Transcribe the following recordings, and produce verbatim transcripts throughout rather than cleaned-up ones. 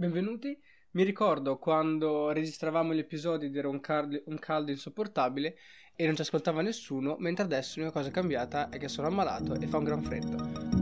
Benvenuti. Mi ricordo quando registravamo gli episodi ed era un, car- un caldo insopportabile e non ci ascoltava nessuno, mentre adesso l'unica cosa cambiata è che sono ammalato e fa un gran freddo.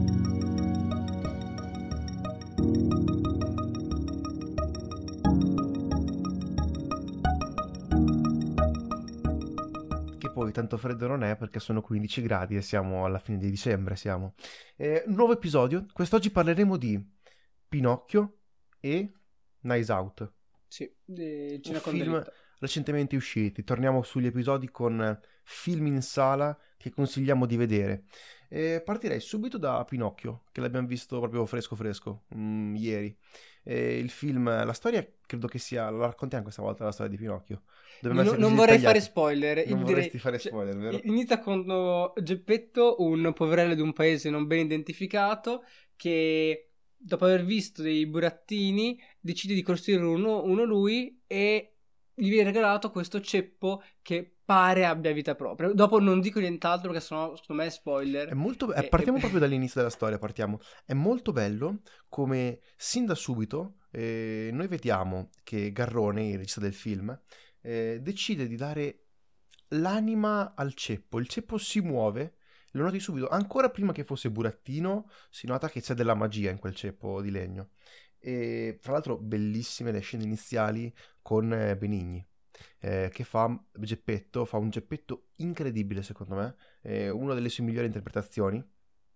Che poi tanto freddo non è perché sono quindici gradi e siamo alla fine di dicembre, siamo. Eh, nuovo episodio. Quest'oggi parleremo di Pinocchio e Knives Out, Sì, di un Cina con film delitto. recentemente usciti. Torniamo sugli episodi con eh, film in sala che consigliamo di vedere. Eh, partirei subito da Pinocchio, che l'abbiamo visto proprio fresco fresco, mm, ieri. Eh, il film, la storia credo che sia, la raccontiamo questa volta la storia di Pinocchio. Dobbiamo No- essere non così vorrei fare dettagliati. spoiler, Non io direi, vorresti fare cioè, spoiler, vero? inizia con uh, Geppetto, un poverello di un paese non ben identificato, che dopo aver visto dei burattini decide di costruire uno, uno lui e gli viene regalato questo ceppo che pare abbia vita propria. Dopo non dico nient'altro perché sennò secondo me è È spoiler. molto be- eh, E- e- partiamo proprio dall'inizio della storia, partiamo. È molto bello come sin da subito eh, noi vediamo che Garrone, il regista del film, eh, decide di dare l'anima al ceppo. Il ceppo si muove, lo noti subito, ancora prima che fosse burattino, si nota che c'è della magia in quel ceppo di legno. E fra l'altro bellissime le scene iniziali con eh, Benigni. eh, che fa Geppetto, fa un Geppetto incredibile secondo me, eh, una delle sue migliori interpretazioni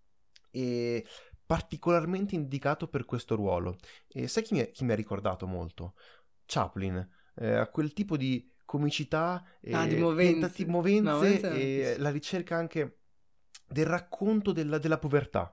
e particolarmente indicato per questo ruolo. E sai chi mi, è- chi mi ha ricordato molto? Chaplin, eh, a quel tipo di comicità, Ah, di e tentati- movenze. No, movenze movenze è e tantissimo. la ricerca anche del racconto della, della povertà,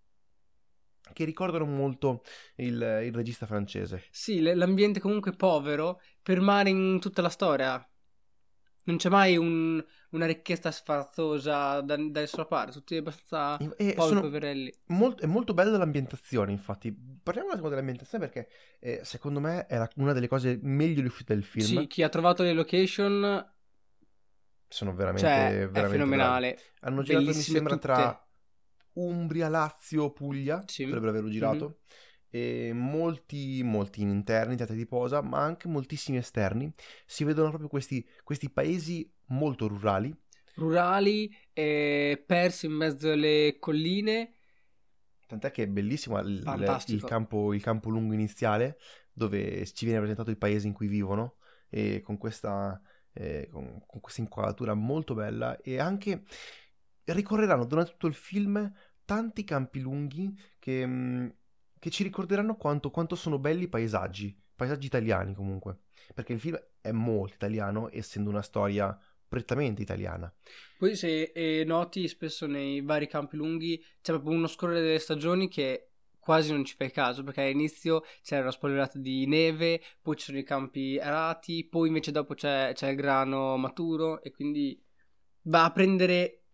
che ricordano molto il, il regista francese. Sì, l- l'ambiente comunque povero permane in tutta la storia. Non c'è mai un- una richiesta sfarzosa da, da nessuna parte, tutti abbastanza E e poveri, sono poverelli. molt- è molto bella l'ambientazione, infatti. Parliamo un attimo dell'ambientazione perché eh, secondo me è la- una delle cose meglio riuscite del Sì, film. chi ha trovato le location, Sono cioè, veramente, è veramente bravi. fenomenale. Hanno girato, mi Bellissime sembra, tra tutte. Umbria, Lazio, Puglia, Sì. dovrebbero averlo Mhm. girato. E molti, molti interni, teatri di posa, ma anche moltissimi esterni. Si vedono proprio questi, questi paesi molto rurali. Rurali, eh, persi in mezzo alle colline. Tant'è che è bellissimo il, il- il Fantastico. campo, il campo lungo iniziale, dove ci viene presentato il paese in cui vivono, e con questa, eh, con, con questa inquadratura molto bella, e anche ricorreranno durante tutto il film tanti campi lunghi che, mh, che ci ricorderanno quanto, quanto sono belli i paesaggi, paesaggi italiani comunque, perché il film è molto italiano, essendo una storia prettamente italiana. Poi se eh, noti spesso nei vari campi lunghi c'è proprio uno scorrere delle stagioni che quasi non ci fai caso, perché all'inizio c'era una spoilerata di neve, poi ci sono i campi arati, poi invece dopo c'è, c'è il grano maturo e quindi va a prendere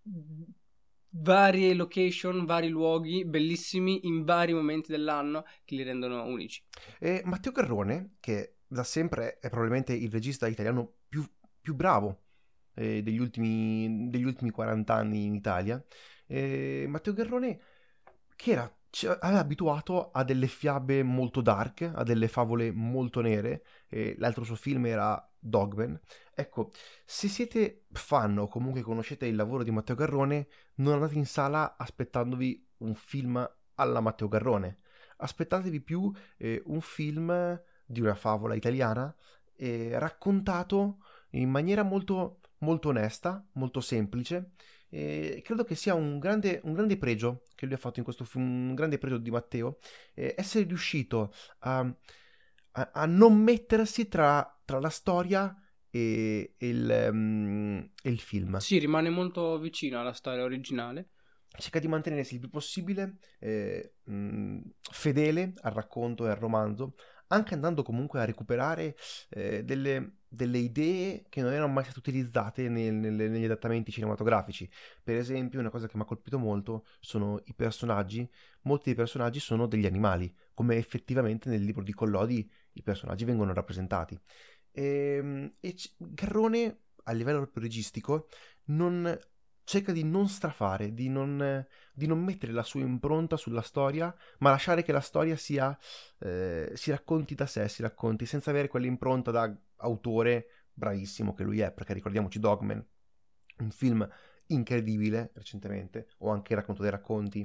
varie location, vari luoghi bellissimi in vari momenti dell'anno che li rendono unici. E Matteo Garrone, che da sempre è probabilmente il regista italiano più, più bravo eh, degli ultimi, degli ultimi quaranta anni in Italia, eh, Matteo Garrone che era, ci aveva abituato a delle fiabe molto dark, a delle favole molto nere, e l'altro suo film era Dogman. Ecco, se siete fan o comunque conoscete il lavoro di Matteo Garrone, non andate in sala aspettandovi un film alla Matteo Garrone, aspettatevi più eh, un film di una favola italiana eh, raccontato in maniera molto, molto onesta, molto semplice. E credo che sia un grande, un grande pregio che lui ha fatto in questo film, un grande pregio di Matteo, eh, essere riuscito a, a- a non mettersi tra, tra la storia e, e il, mm, e il film. Sì, rimane molto vicino alla storia originale. Cerca di mantenersi il più possibile eh, mh, fedele al racconto e al romanzo, anche andando comunque a recuperare eh, delle, delle idee che non erano mai state utilizzate nel- nelle- negli adattamenti cinematografici. Per esempio, una cosa che mi ha colpito molto sono i personaggi. Molti dei personaggi sono degli animali, come effettivamente nel libro di Collodi i personaggi vengono rappresentati. E, e c- Garrone, a livello proprio registico, non cerca di non strafare, di non, di non mettere la sua impronta sulla storia, ma lasciare che la storia sia, eh, si racconti da sé, si racconti senza avere quell'impronta da autore bravissimo che lui è, perché ricordiamoci Dogman, un film incredibile recentemente, o anche Racconto dei racconti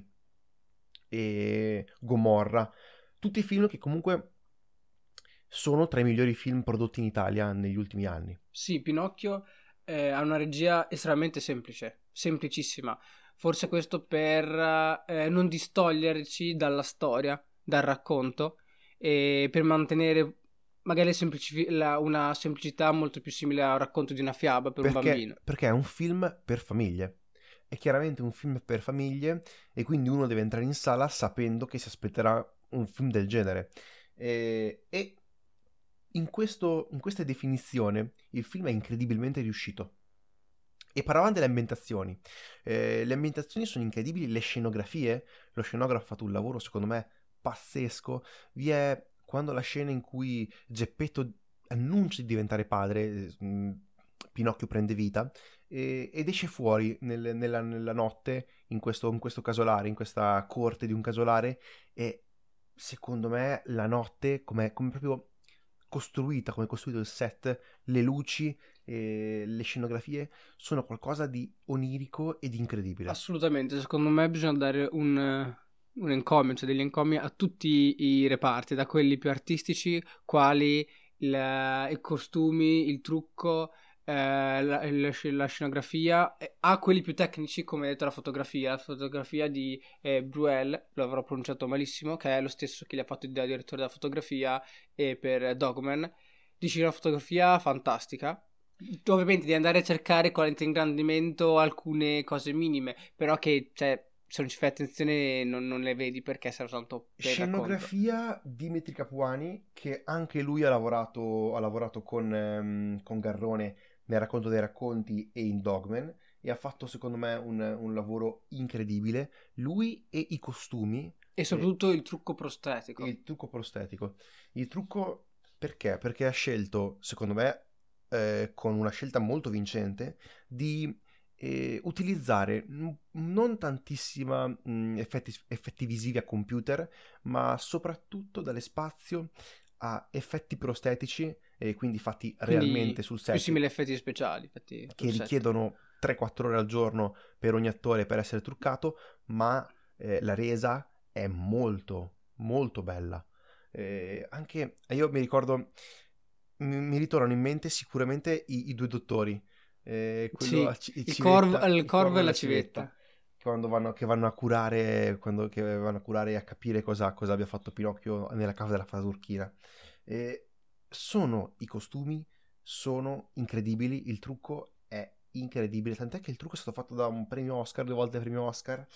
e Gomorra, tutti film che comunque sono tra i migliori film prodotti in Italia negli ultimi anni. Sì, Pinocchio eh, ha una regia estremamente semplice, semplicissima. Forse questo per eh, non distoglierci dalla storia, dal racconto, e per mantenere magari semplici- la- una semplicità molto più simile al racconto di una fiaba per un Perché, bambino. perché è un film per famiglie. È chiaramente un film per famiglie e quindi uno deve entrare in sala sapendo che si aspetterà un film del genere. E, e in, questo, in questa definizione il film è incredibilmente riuscito. E parlavamo delle ambientazioni. Eh, le ambientazioni sono incredibili, le scenografie, lo scenografo ha fatto un lavoro secondo me pazzesco. Vi è quando la scena in cui Geppetto annuncia di diventare padre, mh, Pinocchio prende vita e, ed esce fuori nel- nella, nella notte in questo, in questo casolare, in questa corte di un casolare e secondo me la notte come, come proprio costruita, come è costruito il set, le luci e le scenografie sono qualcosa di onirico e di incredibile. Assolutamente, secondo me bisogna dare un, eh, un encomio, cioè degli encomi a tutti i reparti, da quelli più artistici, quali il- i costumi, il trucco, eh, la, il- la scenografia, e a quelli più tecnici, come detto la fotografia. La fotografia di eh, Bruel, lo avrò pronunciato malissimo, che è lo stesso che gli ha fatto il direttore della fotografia e per Dogman. Dici una fotografia fantastica. Ovviamente di andare a cercare con l'ingrandimento alcune cose minime, però che, cioè, se non ci fai attenzione non, non le vedi perché serve soltanto per il racconto. Scenografia Dimitri Capuani, che anche lui ha lavorato, ha lavorato con, ehm, con Garrone nel Racconto dei racconti e in Dogman e ha fatto secondo me un, un lavoro incredibile. Lui e i costumi E eh, soprattutto il trucco e prostetico. il trucco prostetico. Il trucco perché? Perché ha scelto, secondo me, eh, con una scelta molto vincente, di eh, utilizzare n- non tantissima mh, effetti, effetti visivi a computer, ma soprattutto dare spazio a effetti prostetici, e quindi fatti realmente Quindi sul più set, simili a effetti speciali, effetti sul che set. richiedono tre quattro ore al giorno per ogni attore per essere truccato, ma eh, la resa è molto, molto bella. Eh, anche io mi ricordo, mi, mi ritornano in mente sicuramente i, i due dottori, eh, quello a Sì, ci- il il corvo, civetta, il il corvo corvo e e la la civetta, civetta. che quando vanno, che vanno a curare, quando, che vanno a curare e a capire cosa, cosa abbia fatto Pinocchio nella cava della fata turchina. Eh, sono i costumi, sono incredibili, il trucco è incredibile, tant'è che il trucco è stato fatto da un premio Oscar, due volte premio Oscar,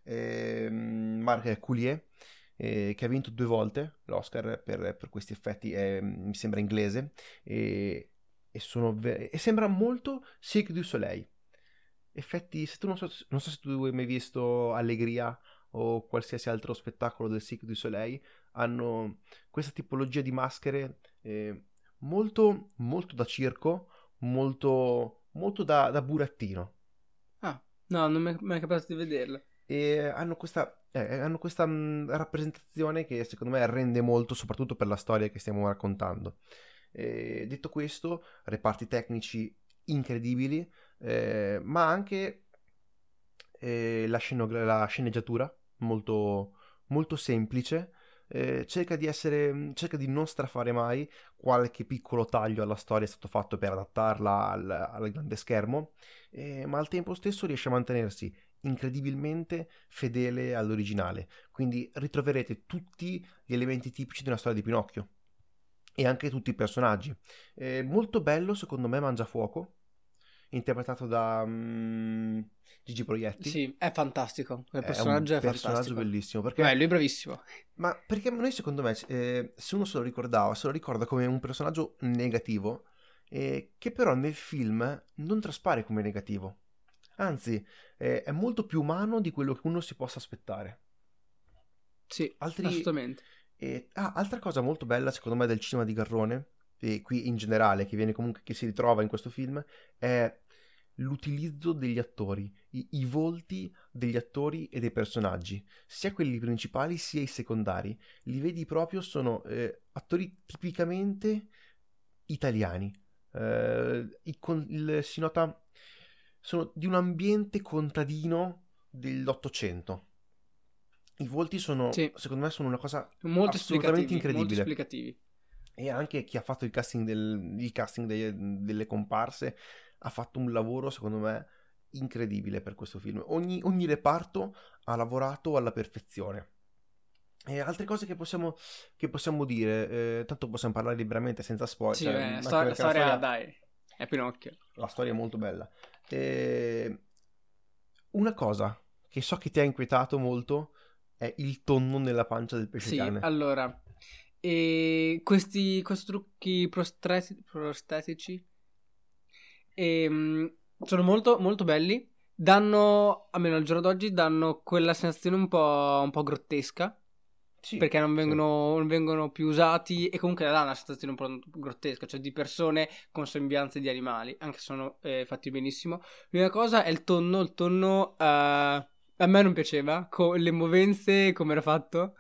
ehm, Marc Coulier, eh, che ha vinto due volte l'Oscar per, per questi effetti, è, mi sembra inglese, e, e, sono ve- e sembra molto Cirque du Soleil. Effetti, se tu non so, non so se tu hai mai visto Allegria o qualsiasi altro spettacolo del Cirque du Soleil, hanno questa tipologia di maschere eh, molto, molto da circo, molto, molto da, da burattino. Ah, no, non mi è mai capitato di vederla. E hanno questa, eh, hanno questa mh, rappresentazione che secondo me rende molto, soprattutto per la storia che stiamo raccontando. E, detto questo, reparti tecnici incredibili, eh, ma anche eh, la, scenogra- la sceneggiatura molto, molto semplice. Eh, cerca di essere, cerca di non strafare mai, qualche piccolo taglio alla storia è stato fatto per adattarla al, al grande schermo, eh, ma al tempo stesso riesce a mantenersi incredibilmente fedele all'originale. Quindi ritroverete tutti gli elementi tipici di una storia di Pinocchio e anche tutti i personaggi. Eh, molto bello, secondo me, Mangiafuoco, interpretato da mm, Gigi Proietti. Sì, è fantastico. Quel È un personaggio è personaggio fantastico. bellissimo Beh, perché, lui è bravissimo. ma perché noi secondo me, eh, se uno se lo ricordava, se lo ricorda come un personaggio negativo, eh, che però nel film non traspare come negativo. Anzi, eh, è molto più umano di quello che uno si possa aspettare. Sì, Altri, assolutamente. eh, ah, altra cosa molto bella secondo me del cinema di Garrone, e qui in generale, che viene comunque, che si ritrova in questo film, è l'utilizzo degli attori. i, i volti degli attori e dei personaggi, sia quelli principali sia i secondari. Li vedi proprio, sono eh, attori tipicamente italiani. Eh, i con- il- si nota, sono di un ambiente contadino dell'Ottocento. I volti sono, Sì, secondo me, sono una cosa molto assolutamente esplicativi, molto incredibile. esplicativi. E anche chi ha fatto il casting, del, il casting dei- delle comparse ha fatto un lavoro, secondo me, incredibile per questo film. Ogni, ogni reparto ha lavorato alla perfezione. E altre cose che possiamo, che possiamo dire, eh, tanto possiamo parlare liberamente senza spoiler, Sì, cioè, beh, anche sto- perché la storia, storia, dai, è Pinocchio. la storia è molto bella. E una cosa che so che ti ha inquietato molto è il tonno nella pancia del pesce Sì, cane. allora, e questi, questi trucchi prostreti- prostetici ehm, sono molto, molto belli. Danno, almeno al giorno d'oggi, danno quella sensazione un po', un po' grottesca. Sì, Perché non sì. vengono, non vengono più usati e comunque dà una sensazione un po' grottesca, cioè di persone con sembianze di animali, anche se sono eh, fatti benissimo. L'unica cosa è il tonno, il tonno eh, a me non piaceva, con le movenze, come era fatto,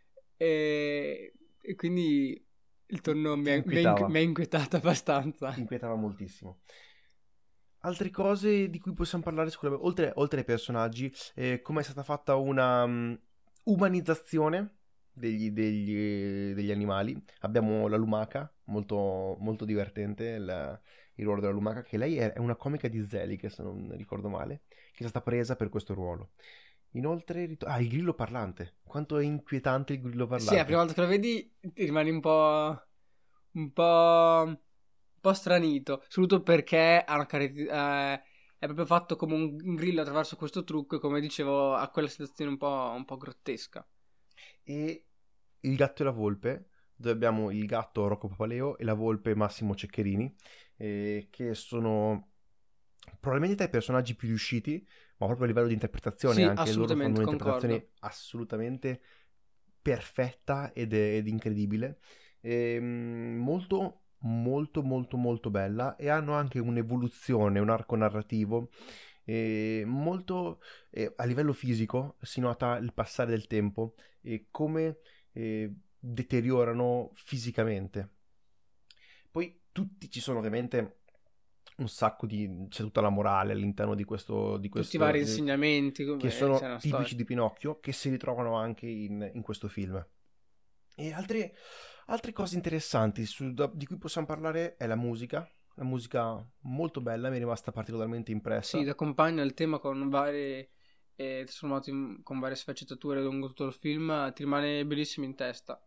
e, e quindi il Ti, tonno mi ti ha, mi ha inqui- mi inquietava, ha inquietato abbastanza. ti inquietava moltissimo. Altre cose di cui possiamo parlare sicuramente, oltre, oltre ai personaggi, eh, come è stata fatta una um, umanizzazione degli, degli, degli animali. Abbiamo la lumaca, molto, molto divertente il, il ruolo della lumaca, che lei è, è una comica di Zelig, se non ricordo male, che è stata presa per questo ruolo. Inoltre, rit- ah, il grillo parlante. Quanto è inquietante il grillo Sì, la prima parlante. volta che lo vedi ti rimani un po'... un po'... un po' stranito, soprattutto perché ha una cari- eh, è proprio fatto come un un grillo attraverso questo trucco e come dicevo ha quella sensazione un po', un po' grottesca. E il gatto e la volpe, dove abbiamo il gatto Rocco Papaleo e la volpe Massimo Ceccherini, eh, che sono probabilmente tra i personaggi più riusciti, ma proprio a livello di interpretazione Sì, anche loro fanno assolutamente, un'interpretazione concordo. assolutamente perfetta ed, ed incredibile. Ehm, molto molto molto molto bella, e hanno anche un'evoluzione, un arco narrativo eh, molto eh, a livello fisico si nota il passare del tempo e come eh, deteriorano fisicamente. Poi tutti ci sono ovviamente un sacco di, c'è tutta la morale all'interno di questo, di Tutti i questo vari eh, insegnamenti, che come c'è sono una storia. tipici di Pinocchio, che si ritrovano anche in, in questo film. E altre, altre cose interessanti su- da- di cui possiamo parlare è la musica. La musica molto bella, mi è rimasta particolarmente Sì, impressa. da accompagna il tema con varie, eh, trasformato in- con varie sfaccettature lungo tutto il film, ti rimane benissimo in testa.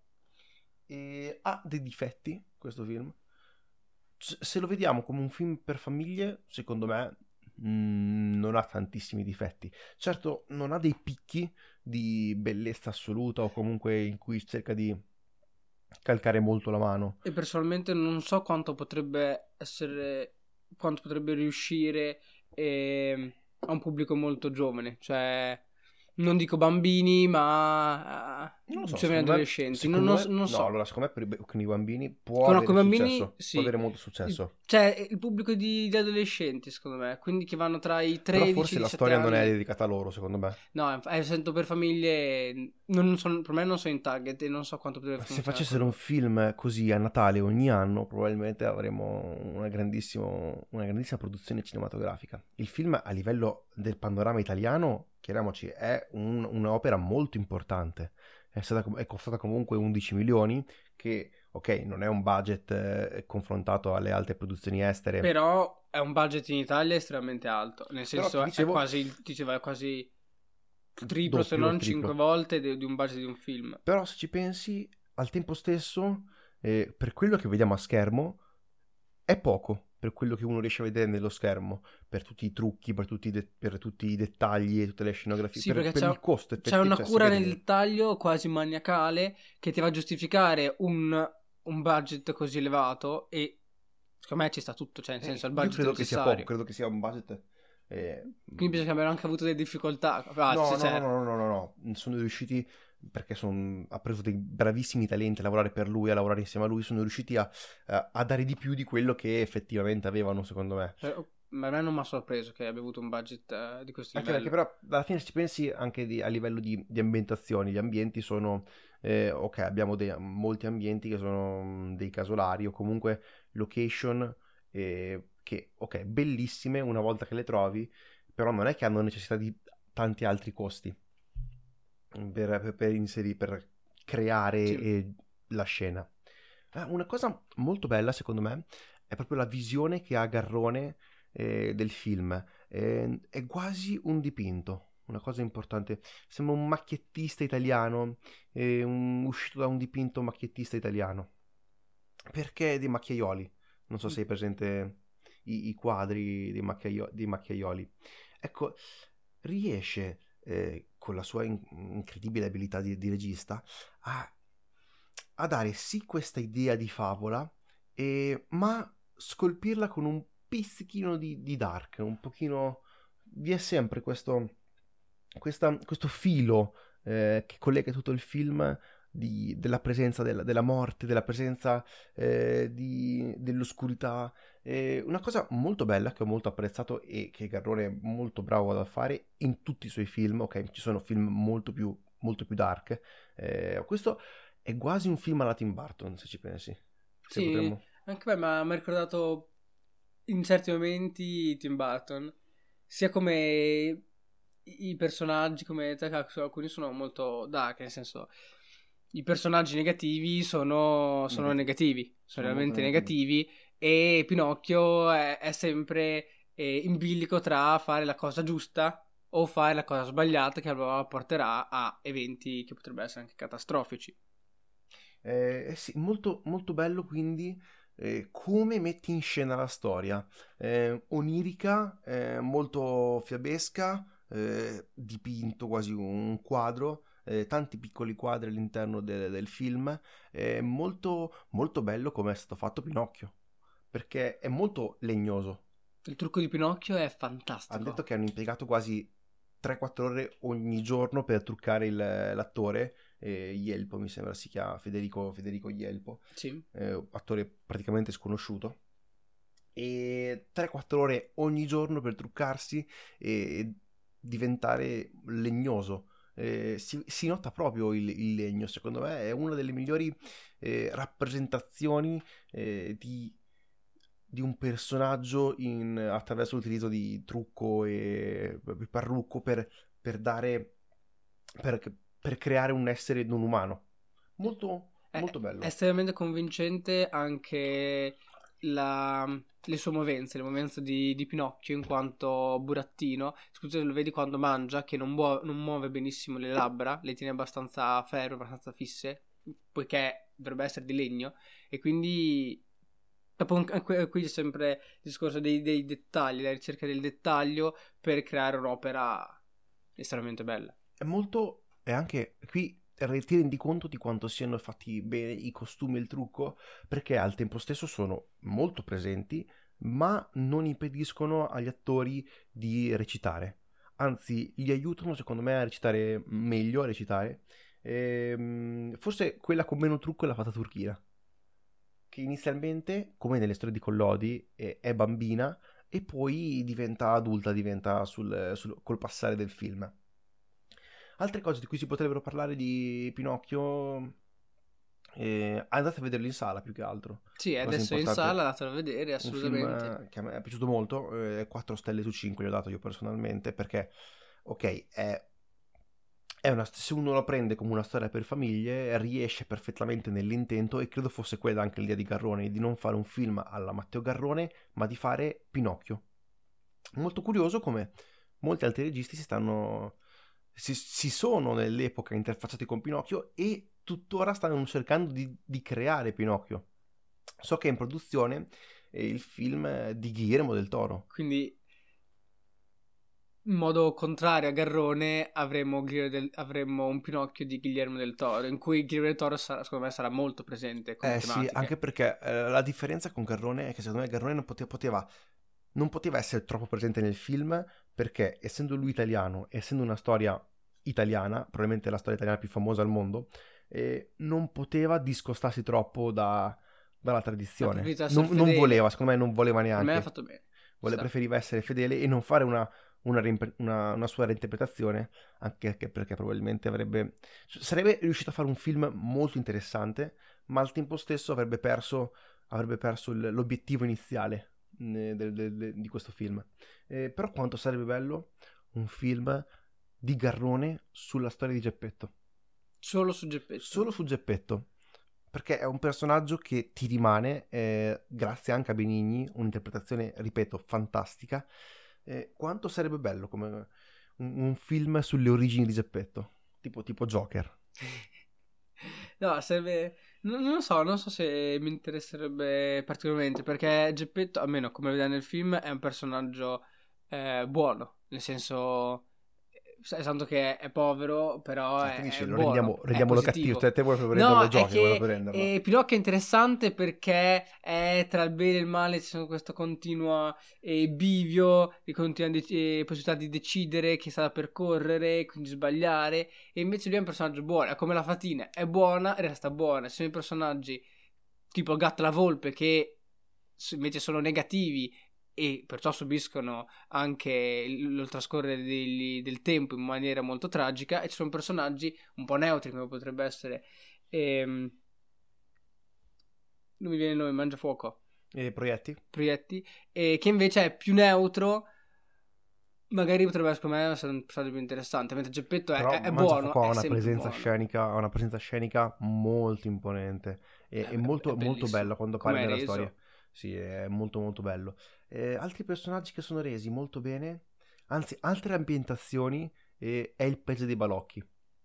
E ha dei difetti questo film. S- se lo vediamo come un film per famiglie, secondo me mm, non ha tantissimi difetti. Certo, non ha dei picchi di bellezza assoluta o comunque in cui cerca di calcare molto la mano. E personalmente non so quanto potrebbe essere, quanto potrebbe riuscire ehm, a un pubblico molto giovane, cioè non dico bambini, ma eh, Non lo so, giovani secondo me, adolescenti, non, secondo non- me, non no, so. allora secondo me per i, b- con i bambini può Con, avere con i bambini, successo, può sì. avere molto Il- successo. Cioè, il pubblico di, di adolescenti, secondo me, quindi che vanno tra i Però tredici e forse i la diciassette storia non è anni. dedicata a loro, secondo me. No, è sento per famiglie, non sono, per me non sono in target e non so quanto potrebbe Se funzionare con facessero un loro. film così a Natale ogni anno, probabilmente avremo una grandissimo- una grandissima produzione cinematografica. Il film a livello del panorama italiano, chiariamoci, è un- un'opera molto importante. È stata, com- è costata comunque undici milioni, che, ok, non è un budget eh, confrontato alle altre produzioni estere, Però è un budget in Italia estremamente alto, nel però ti senso è dicevo, quasi, il- diceva, è quasi triplo se doppio, non cinque triplo. volte di, di un budget di un film. Però se ci pensi, al tempo stesso, eh, per quello che vediamo a schermo, è poco per quello che uno riesce a vedere nello schermo, per tutti i trucchi, per tutti i, de- per tutti i dettagli e tutte le scenografie, Sì, per, perché per c'è, il costo c'è effettivo, una cioè si cura nel vede. dettaglio quasi maniacale che ti va a giustificare un, un budget così elevato e secondo me ci sta tutto, cioè nel senso Eh, il io budget credo che sia poco, necessario. credo che sia un budget. eh, Quindi penso che abbiano anche avuto delle difficoltà. Ah, No, sì, no, no, certo. no, no, no, no, sono riusciti perché son- ha preso dei bravissimi talenti a lavorare per lui, a lavorare insieme a lui, sono riusciti a, a- a dare di più di quello che effettivamente avevano, secondo me. Per- ma a me non mi ha sorpreso che abbia avuto un budget uh, di questo Anche livello. perché però alla fine se ci pensi anche di, a livello di, di ambientazioni, gli ambienti sono, eh, ok, abbiamo dei, molti ambienti che sono mh, dei casolari o comunque location eh, che, ok, bellissime una volta che le trovi, però non è che hanno necessità di tanti altri costi per, per, per inserire, per creare Sì. eh, la scena. Ah, una cosa molto bella secondo me è proprio la visione che ha Garrone eh, del film. Eh, è quasi un dipinto, una cosa importante. Sembra un macchiettista italiano, eh, un- uscito da un dipinto macchiettista italiano. Perché dei macchiaioli? Non so se hai presente i, i quadri dei, macchiaio- dei macchiaioli. Ecco, riesce eh, con la sua in- incredibile abilità di, di regista a, a dare sì questa idea di favola, eh, ma scolpirla con un pizzichino di, di dark, un pochino... Vi è sempre questo, questa- questo filo eh, che collega tutto il film di- della presenza della, della morte, della presenza eh, di- dell'oscurità. Eh, una cosa molto bella che ho molto apprezzato e che Garrone è molto bravo a fare in tutti i suoi film. Ok, ci sono film molto più, molto più dark. Eh, questo è quasi un film alla Tim Burton, se ci pensi. Se Sì, potremmo... anche a me mi ha mi ha ricordato in certi momenti Tim Burton, sia come i i personaggi, come Takako, alcuni sono molto dark, nel senso i personaggi negativi sono, sono negativi. negativi, sono Sono molto realmente negativi. negativi e Pinocchio è, è sempre eh, in bilico tra fare la cosa giusta o fare la cosa sbagliata che allora porterà a eventi che potrebbero essere anche catastrofici. Eh, eh sì, molto, molto bello quindi eh, come metti in scena la storia. Eh, onirica, eh, molto fiabesca, eh, dipinto quasi un quadro, eh, tanti piccoli quadri all'interno de- del film. È molto, molto bello come è stato fatto Pinocchio, perché è molto legnoso. Il trucco di Pinocchio è Hanno detto fantastico. che hanno impiegato quasi tre quattro ore ogni giorno per truccare il- l'attore, eh, Jelpo mi sembra si chiama, Federico, Federico Jelpo, Sì. eh, attore praticamente sconosciuto, e tre quattro ore ogni giorno per truccarsi e diventare legnoso. Eh, si, si nota proprio il, il legno, secondo me è una delle migliori eh, rappresentazioni eh, di di un personaggio in, attraverso l'utilizzo di trucco e parrucco per, per dare per, per creare un essere non umano molto È, molto è bello. estremamente convincente anche la- le sue movenze, le movenze di, di Pinocchio in quanto burattino. Scusate, lo vedi quando mangia che non, muo- non muove benissimo le labbra, le tiene abbastanza ferme, abbastanza fisse, poiché dovrebbe essere di legno. E quindi, dopo un- qui qui c'è sempre il discorso dei, dei dettagli, la ricerca del dettaglio per creare un'opera estremamente bella. È molto è anche qui ti rendi conto di quanto siano fatti bene i costumi e il trucco, perché al tempo stesso sono molto presenti ma non impediscono agli attori di recitare, anzi li aiutano secondo me a recitare meglio, a recitare. Ehm, forse quella con meno trucco è la fata turchina, che inizialmente, come nelle storie di Collodi, è, è bambina e poi diventa adulta, diventa sul, sul- col passare del film. Altre cose di cui si potrebbero parlare di Pinocchio, eh, andate a vederlo in sala più che altro. Sì, Cosa adesso è in importante. sala, andatelo a vedere Un film assolutamente. eh, che a me è piaciuto molto, eh, quattro stelle su cinque gli ho dato io personalmente, perché, ok, è è una, se uno lo prende come una storia per famiglie, riesce perfettamente nell'intento, e credo fosse quella anche l'idea di Garrone, di non fare un film alla Matteo Garrone, ma di fare Pinocchio. Molto curioso come molti altri registi si stanno si, si sono nell'epoca interfacciati con Pinocchio e tuttora stanno cercando di, di creare Pinocchio. So che è in produzione eh, il film eh, di Guillermo del Toro. Quindi, in modo contrario a Garrone, avremo, Guillermo del- avremmo un Pinocchio di Guillermo del Toro, in cui Guillermo del Toro sarà- secondo me sarà molto presente come Eh sì, tematiche. anche perché eh, la differenza con Garrone è che secondo me Garrone non poteva, poteva non poteva essere troppo presente nel film, perché essendo lui italiano, essendo una storia italiana, probabilmente la storia italiana più famosa al mondo, eh, non poteva discostarsi troppo da- dalla Ha tradizione. preferito essere Non, non fedele. voleva, secondo me non voleva Per me ha neanche. fatto bene. Vuole, Sta. preferiva essere fedele e non fare una, una, reimpre- una- una sua reinterpretazione, anche che- perché probabilmente avrebbe sarebbe riuscito a fare un film molto interessante, ma al tempo stesso avrebbe perso, avrebbe perso il- l'obiettivo iniziale eh, del- del- del- di questo film. Eh, però quanto sarebbe bello un film di Garrone sulla storia di Geppetto. Solo su Geppetto. Solo su Geppetto, perché è un personaggio che ti rimane, eh, grazie anche a Benigni, un'interpretazione, ripeto, fantastica. Eh, quanto sarebbe bello come un, un film sulle origini di Geppetto, tipo, tipo Joker. No, sarebbe... Non, non lo so, non so se mi interesserebbe particolarmente, perché Geppetto, almeno come vediamo nel film, è un personaggio eh, buono, nel senso... Sai tanto che è povero, però Ah, è, tu dici, è lo buono, rendiamo, è rendiamolo cattivo, positivo. te, te vuoi proprio renderlo No, è Joker, vuoi che proprio renderlo. eh, Pinocchio è interessante perché è tra il bene e il male, ci sono questo continuo eh, bivio, di continua de- eh, possibilità di decidere che strada percorrere, quindi sbagliare, e invece lui è un personaggio buono, è come la Fatina, è buona e resta buona. Ci sono i personaggi tipo il gatto e la volpe che s- invece sono negativi e perciò subiscono anche il, il trascorrere degli- del tempo in maniera molto tragica, e ci sono personaggi un po' neutri come potrebbe essere ehm, non mi viene il nome, Mangiafuoco, E proietti? Proietti, e che invece è più neutro, magari potrebbe secondo me essere un personaggio più interessante, mentre Geppetto è, Però è, è Mangiafoco buono, ha è una sempre presenza buono. scenica, ha una presenza scenica molto imponente e, È, e è- molto, è molto bellissimo bella quando come appare è nella reso. storia. Sì, è molto molto bello. Eh, altri personaggi che sono resi molto bene, anzi altre ambientazioni, eh, è il Paese dei Balocchi.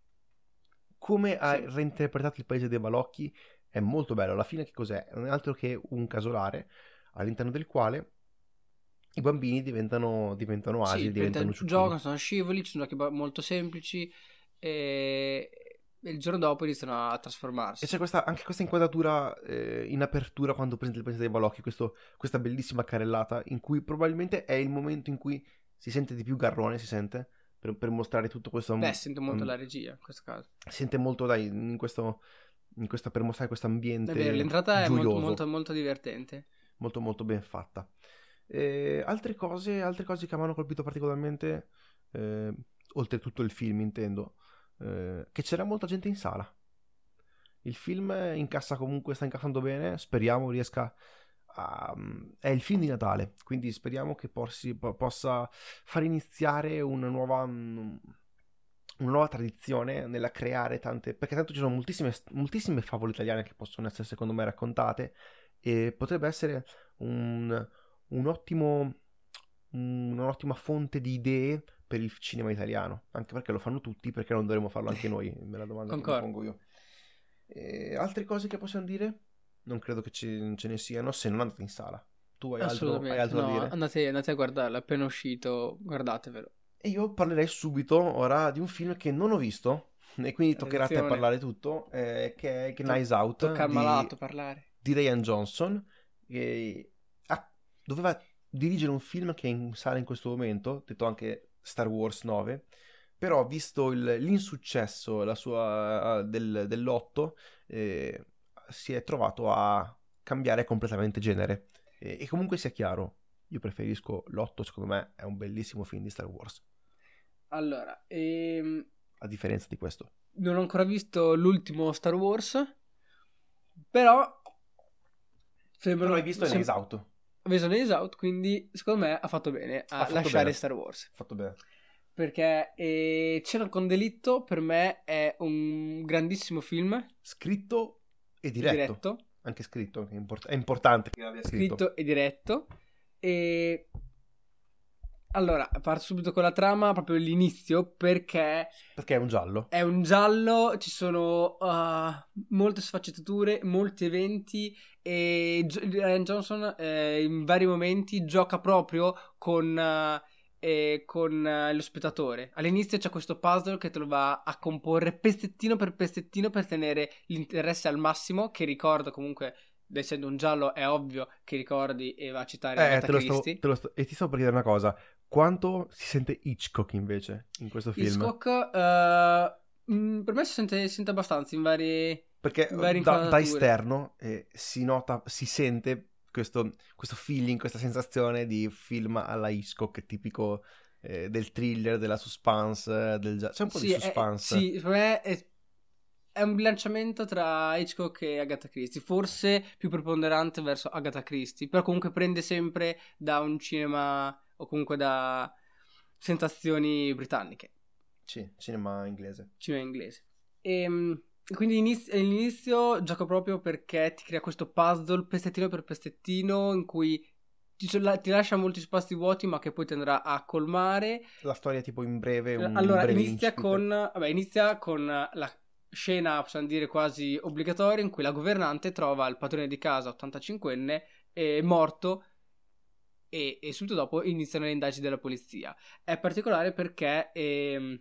Come ha Sì. reinterpretato il Paese dei Balocchi è molto bello. Alla fine che cos'è? Non è altro che un casolare all'interno del quale i bambini diventano, diventano Sì, asili, diventano diventa- ciuchini. giocano, sono scivoli, ci sono giochi ba- molto semplici e... e il giorno dopo iniziano a E trasformarsi. c'è questa, anche questa inquadratura eh, in apertura quando presenta il Paese dei Balocchi, questo- questa bellissima carrellata in cui probabilmente è il momento in cui si sente di più Garrone, si sente, per, per mostrare tutto questo... Beh, um, sento molto la regia in questo caso. si sente molto, dai, in questo, in questa, per mostrare questo È vero, ambiente l'entrata è molto, gioioso, molto, molto divertente. molto molto ben fatta. E altre cose, altre cose che mi hanno colpito particolarmente, eh, oltre tutto il film intendo, eh, che c'era molta gente in sala. Il film incassa comunque, sta incassando bene, speriamo riesca a... è il film di Natale, quindi speriamo che possi- po- possa far iniziare una nuova, mm, una nuova tradizione nella creare tante... perché tanto ci sono moltissime, moltissime favole italiane che possono essere secondo me raccontate e potrebbe essere un, un ottimo, un'ottima fonte di idee per il cinema italiano, anche perché lo fanno tutti, perché non dovremmo farlo anche noi? È la domanda che mi Concordo. pongo io. E altre cose che possiamo dire? Non credo che ce, ce ne siano, se non andate in sala. Tu hai altro, hai Assolutamente. altro da No, dire? andate, andate a guardarlo, è appena uscito, guardatevelo. E io parlerei subito ora di un film che non ho visto, e quindi toccherà a te Attenzione, parlare tutto, eh, che è to- Knives Out tocca al di, malato parlare. di Ryan Johnson, che ah, doveva dirigere un film che è in sala in questo momento, detto anche Star Wars nove, però visto il- l'insuccesso la sua, del, dell'otto, eh, si è trovato a cambiare completamente genere. E, e comunque sia chiaro, io preferisco l'otto, secondo me è un bellissimo film di Star Wars, Allora, ehm, a differenza di questo. non ho ancora visto l'ultimo Star Wars, però Però sembrano, hai visto sem- Knives Out? ho visto Knives Out, quindi secondo me ha fatto bene Ha a fatto lasciare bene. Star Wars. Fatto bene. Perché eh, Cena con delitto per me è un grandissimo film, Scritto e diretto. diretto, Anche scritto, che è, import- è importante che l'abbia scritto. scritto e diretto. E allora parto subito con la trama, proprio l'inizio, perché Perché è un giallo. è un giallo, ci sono uh, molte sfaccettature, molti eventi e Gio- Ryan Johnson eh, in vari momenti gioca proprio con, uh, eh, con uh, lo spettatore. All'inizio c'è questo puzzle che te lo va a comporre pezzettino per pezzettino per tenere l'interesse al massimo, che ricorda comunque, essendo un giallo è ovvio che ricordi e va a citare Eh, Agatha te lo sto, Christie. te lo sto- e ti stavo per chiedere una cosa. Quanto si sente Hitchcock invece in questo film? Hitchcock uh, mh, per me si sente, si sente abbastanza in vari... Perché varie da, da inquadrature. esterno eh, si nota, si sente questo, questo feeling, questa sensazione di film alla Hitchcock, tipico eh, del thriller, della suspense, del gia- c'è un po' Sì, di è- suspense. sì, per me è, è un bilanciamento tra Hitchcock e Agatha Christie, forse più preponderante verso Agatha Christie, però comunque prende sempre da un cinema o comunque da sensazioni britanniche, Sì, cinema inglese. cinema inglese. E quindi iniz- all'inizio gioco proprio perché ti crea questo puzzle pezzettino per pezzettino in cui ti, ti lascia molti spazi vuoti ma che poi tenderà a colmare. La storia tipo in breve, un Allora breve inizia incipit. con, vabbè, inizia con la scena, possiamo dire quasi obbligatoria, in cui la governante trova il padrone di casa ottantacinquenne eh, morto e, e subito dopo iniziano le indagini della polizia. È particolare perché ehm,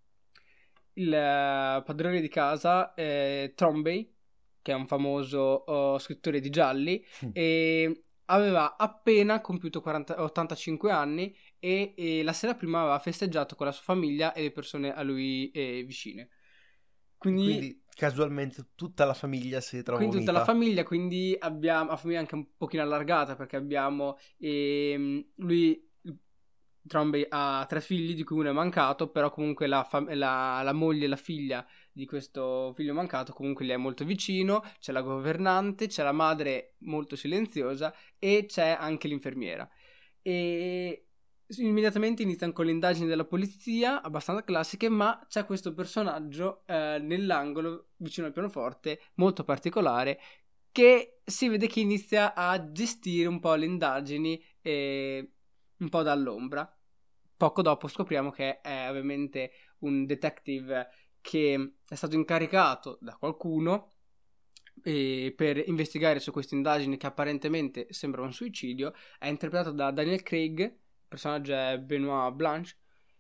il eh, padrone di casa eh, Trombey, che è un famoso oh, scrittore di gialli, e aveva appena compiuto quaranta, ottantacinque anni e, e la sera prima aveva festeggiato con la sua famiglia e le persone a lui eh, vicine. Quindi, Quindi casualmente tutta la famiglia si trova quindi unita. tutta la famiglia, quindi abbiamo una famiglia anche un pochino allargata perché abbiamo ehm, lui Trombey ha tre figli di cui uno è mancato, però comunque la, fam- la, la moglie e la figlia di questo figlio mancato comunque gli è molto vicino, c'è la governante, c'è la madre molto silenziosa e c'è anche l'infermiera. E immediatamente iniziano con le indagini della polizia, abbastanza classiche, ma c'è questo personaggio eh, nell'angolo vicino al pianoforte, molto particolare, che si vede che inizia a gestire un po' le indagini e un po' dall'ombra. Poco dopo scopriamo che è ovviamente un detective che è stato incaricato da qualcuno eh, per investigare su queste indagini che apparentemente sembra un suicidio. È interpretato da Daniel Craig, il personaggio è Benoit Blanche.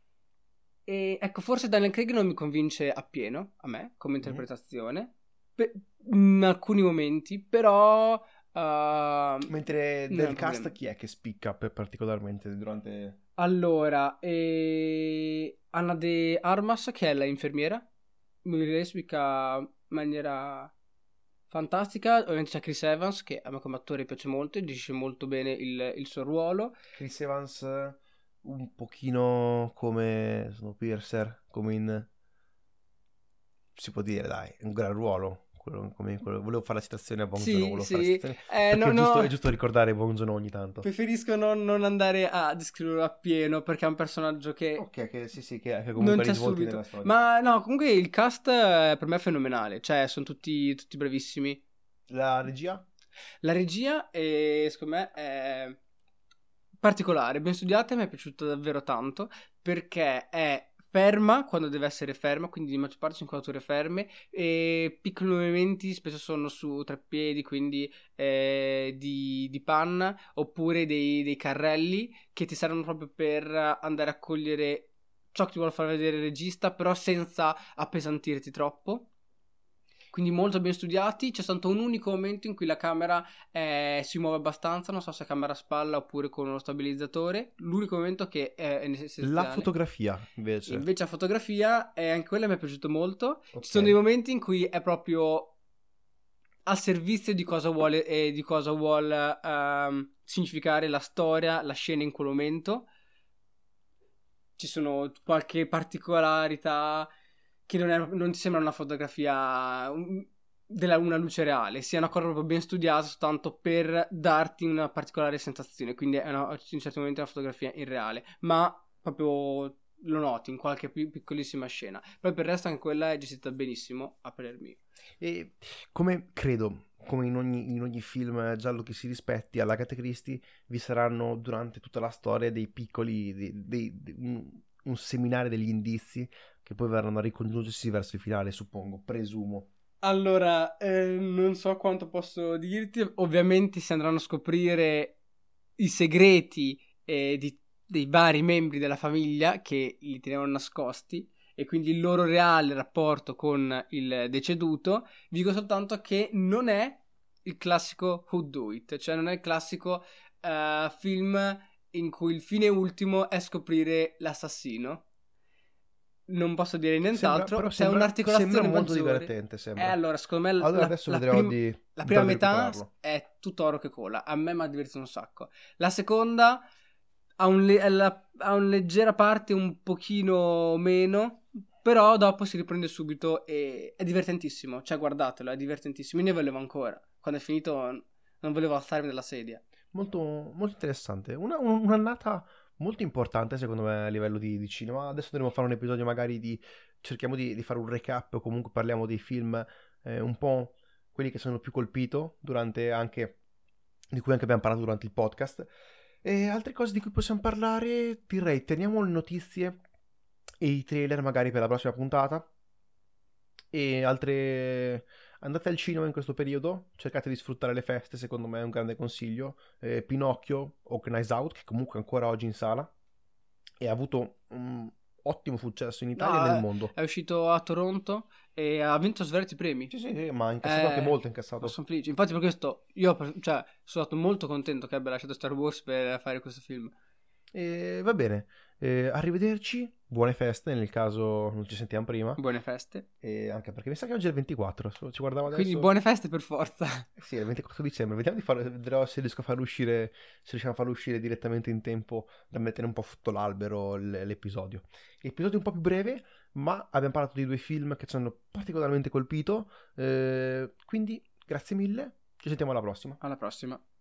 E ecco, forse Daniel Craig non mi convince appieno, a me, come interpretazione, per, in alcuni momenti, però... Uh, Mentre non è del un cast problema. chi è che spicca per particolarmente durante... Allora, eh, Anna de Armas, che è la infermiera, mi spicca in maniera fantastica. Ovviamente c'è Chris Evans, che a me come attore piace molto, e dice molto bene il, il suo ruolo. Chris Evans un pochino come Snowpiercer, come in... si può dire, dai, un gran ruolo. Quello, come quello. Volevo fare la citazione a Bong Sì, Joon-ho, volevo fare la sì, citazione, eh, perché no, è, giusto, no. è giusto ricordare Bong Joon-ho ogni tanto. Preferisco non, non andare a descriverlo appieno perché è un personaggio che Ok, che sì, sì, che, che non comunque c'è risvolti subito. nella storia. Ma no, comunque il cast eh, per me è fenomenale. Cioè, sono tutti, tutti bravissimi. La regia? La regia, è, secondo me, è particolare, ben studiata e mi è piaciuta davvero tanto perché è ferma quando deve essere ferma, quindi di maggior parte sono inquadrature ferme e piccoli movimenti spesso sono su tre piedi, quindi eh, di, di panna oppure dei, dei carrelli che ti servono proprio per andare a cogliere ciò che ti vuole far vedere il regista, però senza appesantirti troppo. Quindi molto ben studiati. C'è stato un unico momento in cui la camera eh, si muove abbastanza, non so se a camera a spalla oppure con uno stabilizzatore. L'unico momento che è essenziale. La fotografia, invece. Invece la fotografia, è anche quella mi è piaciuta molto. Ok. Ci sono dei momenti in cui è proprio al servizio di cosa vuole e di cosa vuole ehm, significare la storia, la scena in quel momento. Ci sono qualche particolarità che non, è, non ti sembra una fotografia un, della una luce reale, sia una cosa proprio ben studiata soltanto per darti una particolare sensazione, quindi è una, in certi momenti è una fotografia irreale, ma proprio lo noti in qualche pi- piccolissima scena. Poi per il resto anche quella è gestita benissimo a parer mio. E come credo, come in ogni, in ogni film giallo che si rispetti all'Agatha Christie, vi saranno durante tutta la storia dei piccoli, dei, dei, dei, un, un seminare degli indizi che poi verranno a ricongiungersi verso il finale, suppongo, presumo. Allora, eh, non so quanto posso dirti, ovviamente si andranno a scoprire i segreti eh, di, dei vari membri della famiglia che li tenevano nascosti e quindi il loro reale rapporto con il deceduto. Vi dico soltanto che non è il classico Who Do It, cioè non è il classico uh, film in cui il fine ultimo è scoprire l'assassino. Non posso dire nient'altro. Sembra, c'è un'articolazione sembra molto maggiore. divertente, sembra. Eh, allora, secondo me allora la, adesso la, vedrò prim- di la prima di metà recuperarlo. è tutto oro che cola. A me mi ha divertito un sacco. La seconda ha un, le- la- ha un leggera parte un pochino meno, però dopo si riprende subito e è divertentissimo. Cioè, guardatelo, è divertentissimo. Io ne volevo ancora. Quando è finito non volevo alzarmi dalla sedia. Molto, molto interessante. Una, un- un'annata molto importante secondo me a livello di, di cinema. Adesso dovremo fare un episodio magari di... cerchiamo di, di fare un recap o comunque parliamo dei film eh, un po' quelli che sono più colpito durante anche... di cui anche abbiamo parlato durante il podcast. E altre cose di cui possiamo parlare, direi teniamo le notizie e i trailer magari per la prossima puntata. E altre... andate al cinema in questo periodo, cercate di sfruttare le feste, secondo me è un grande consiglio. Eh, Pinocchio o Knives Out, che comunque è ancora oggi in sala, e ha avuto un ottimo successo in Italia No, e nel è, mondo. è uscito a Toronto e ha vinto svariati premi. Sì, sì, sì, ma ha incassato anche molto, ha Ma incassato. sono felice. Infatti, per questo io cioè, sono stato molto contento che abbia lasciato Star Wars per fare questo film. E va bene, eh, arrivederci, buone feste nel caso non ci sentiamo prima. Buone feste. E anche perché mi sa che oggi è il ventiquattro, ci guardavo adesso. Quindi buone feste per forza. Eh sì, è il ventiquattro dicembre, vediamo di farlo, vedrò se riesco a farlo uscire, se riusciamo a farlo uscire direttamente in tempo da mettere un po' sotto l'albero l- l'episodio. L'episodio è un po' più breve, ma abbiamo parlato di due film che ci hanno particolarmente colpito, eh, quindi grazie mille, ci sentiamo alla prossima. Alla prossima.